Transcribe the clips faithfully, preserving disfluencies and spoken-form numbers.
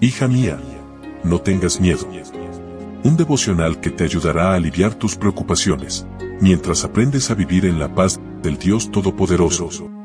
Hija mía, no tengas miedo. Un devocional que te ayudará a aliviar tus preocupaciones, mientras aprendes a vivir en la paz del Dios Todopoderoso.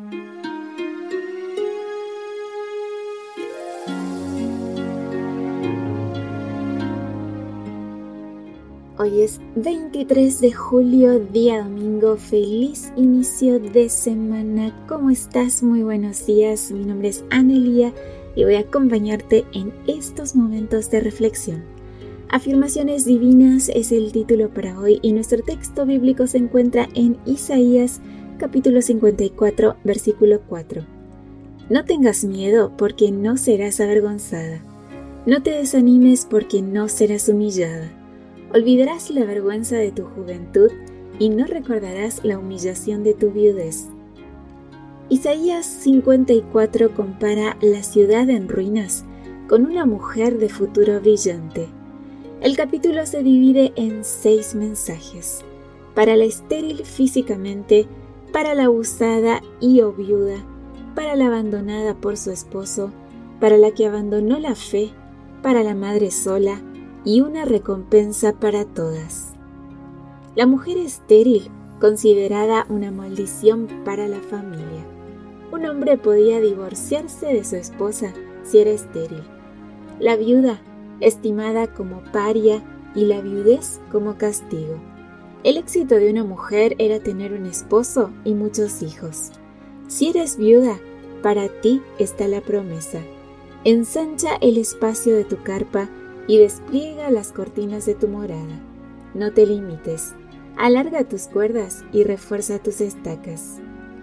Hoy es veintitrés de julio, día domingo. Feliz inicio de semana. ¿Cómo estás? Muy buenos días. Mi nombre es Anelia y voy a acompañarte en estos momentos de reflexión. Afirmaciones divinas es el título para hoy y nuestro texto bíblico se encuentra en Isaías capítulo cincuenta y cuatro, versículo cuatro. No tengas miedo porque no serás avergonzada. No te desanimes porque no serás humillada. Olvidarás la vergüenza de tu juventud y no recordarás la humillación de tu viudez. Isaías cincuenta y cuatro compara la ciudad en ruinas con una mujer de futuro brillante. El capítulo se divide en seis mensajes: para la estéril físicamente, para la abusada y o viuda, para la abandonada por su esposo, para la que abandonó la fe, para la madre sola, y una recompensa para todas. La mujer estéril, considerada una maldición para la familia. Un hombre podía divorciarse de su esposa si era estéril. La viuda, estimada como paria, y la viudez como castigo. El éxito de una mujer era tener un esposo y muchos hijos. Si eres viuda, para ti está la promesa. Ensancha el espacio de tu carpa y despliega las cortinas de tu morada. No te limites, alarga tus cuerdas y refuerza tus estacas.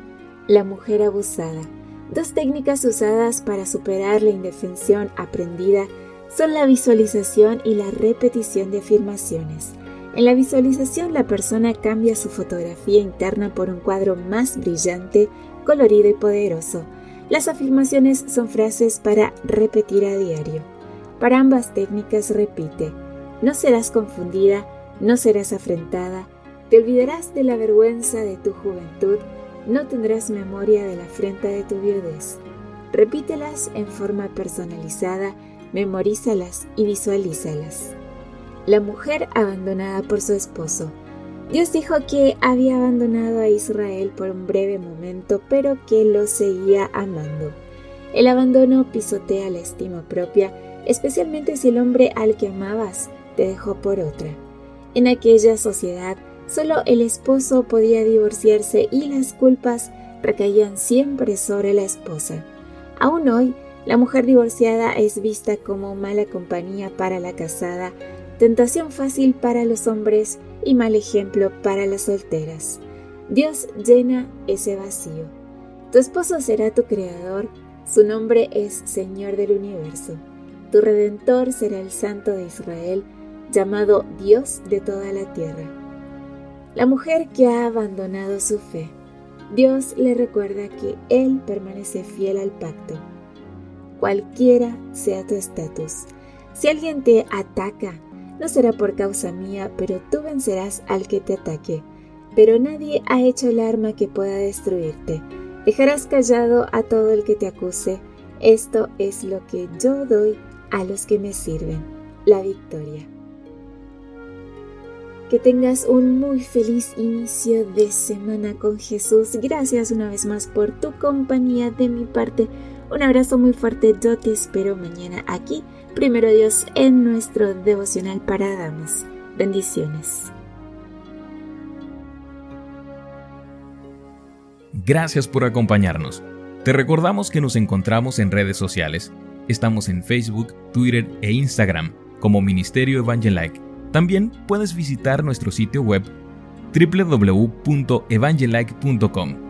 La mujer abusada. Dos técnicas usadas para superar la indefensión aprendida son la visualización y la repetición de afirmaciones. En la visualización, la persona cambia su fotografía interna por un cuadro más brillante, colorido y poderoso. Las afirmaciones son frases para repetir a diario. Para ambas técnicas repite: no serás confundida, no serás afrentada, te olvidarás de la vergüenza de tu juventud, no tendrás memoria de la afrenta de tu viudez. Repítelas en forma personalizada, memorízalas y visualízalas. La mujer abandonada por su esposo. Dios dijo que había abandonado a Israel por un breve momento, pero que lo seguía amando. El abandono pisotea la estima propia, especialmente si el hombre al que amabas te dejó por otra. En aquella sociedad, solo el esposo podía divorciarse y las culpas recaían siempre sobre la esposa. Aún hoy, la mujer divorciada es vista como mala compañía para la casada, tentación fácil para los hombres y mal ejemplo para las solteras. Dios llena ese vacío. Tu esposo será tu creador, su nombre es Señor del universo. Tu Redentor será el Santo de Israel, llamado Dios de toda la tierra. La mujer que ha abandonado su fe. Dios le recuerda que Él permanece fiel al pacto. Cualquiera sea tu estatus. Si alguien te ataca, no será por causa mía, pero tú vencerás al que te ataque. Pero nadie ha hecho el arma que pueda destruirte. Dejarás callado a todo el que te acuse. Esto es lo que yo doy a los que me sirven, la victoria. Que tengas un muy feliz inicio de semana con Jesús. Gracias una vez más por tu compañía. De mi parte, un abrazo muy fuerte. Yo te espero mañana aquí, primero Dios, en nuestro devocional para damas. Bendiciones. Gracias por acompañarnos. Te recordamos que nos encontramos en redes sociales. Estamos en Facebook, Twitter e Instagram como Ministerio Evangelike. También puedes visitar nuestro sitio web doble u doble u doble u punto evangelike punto com.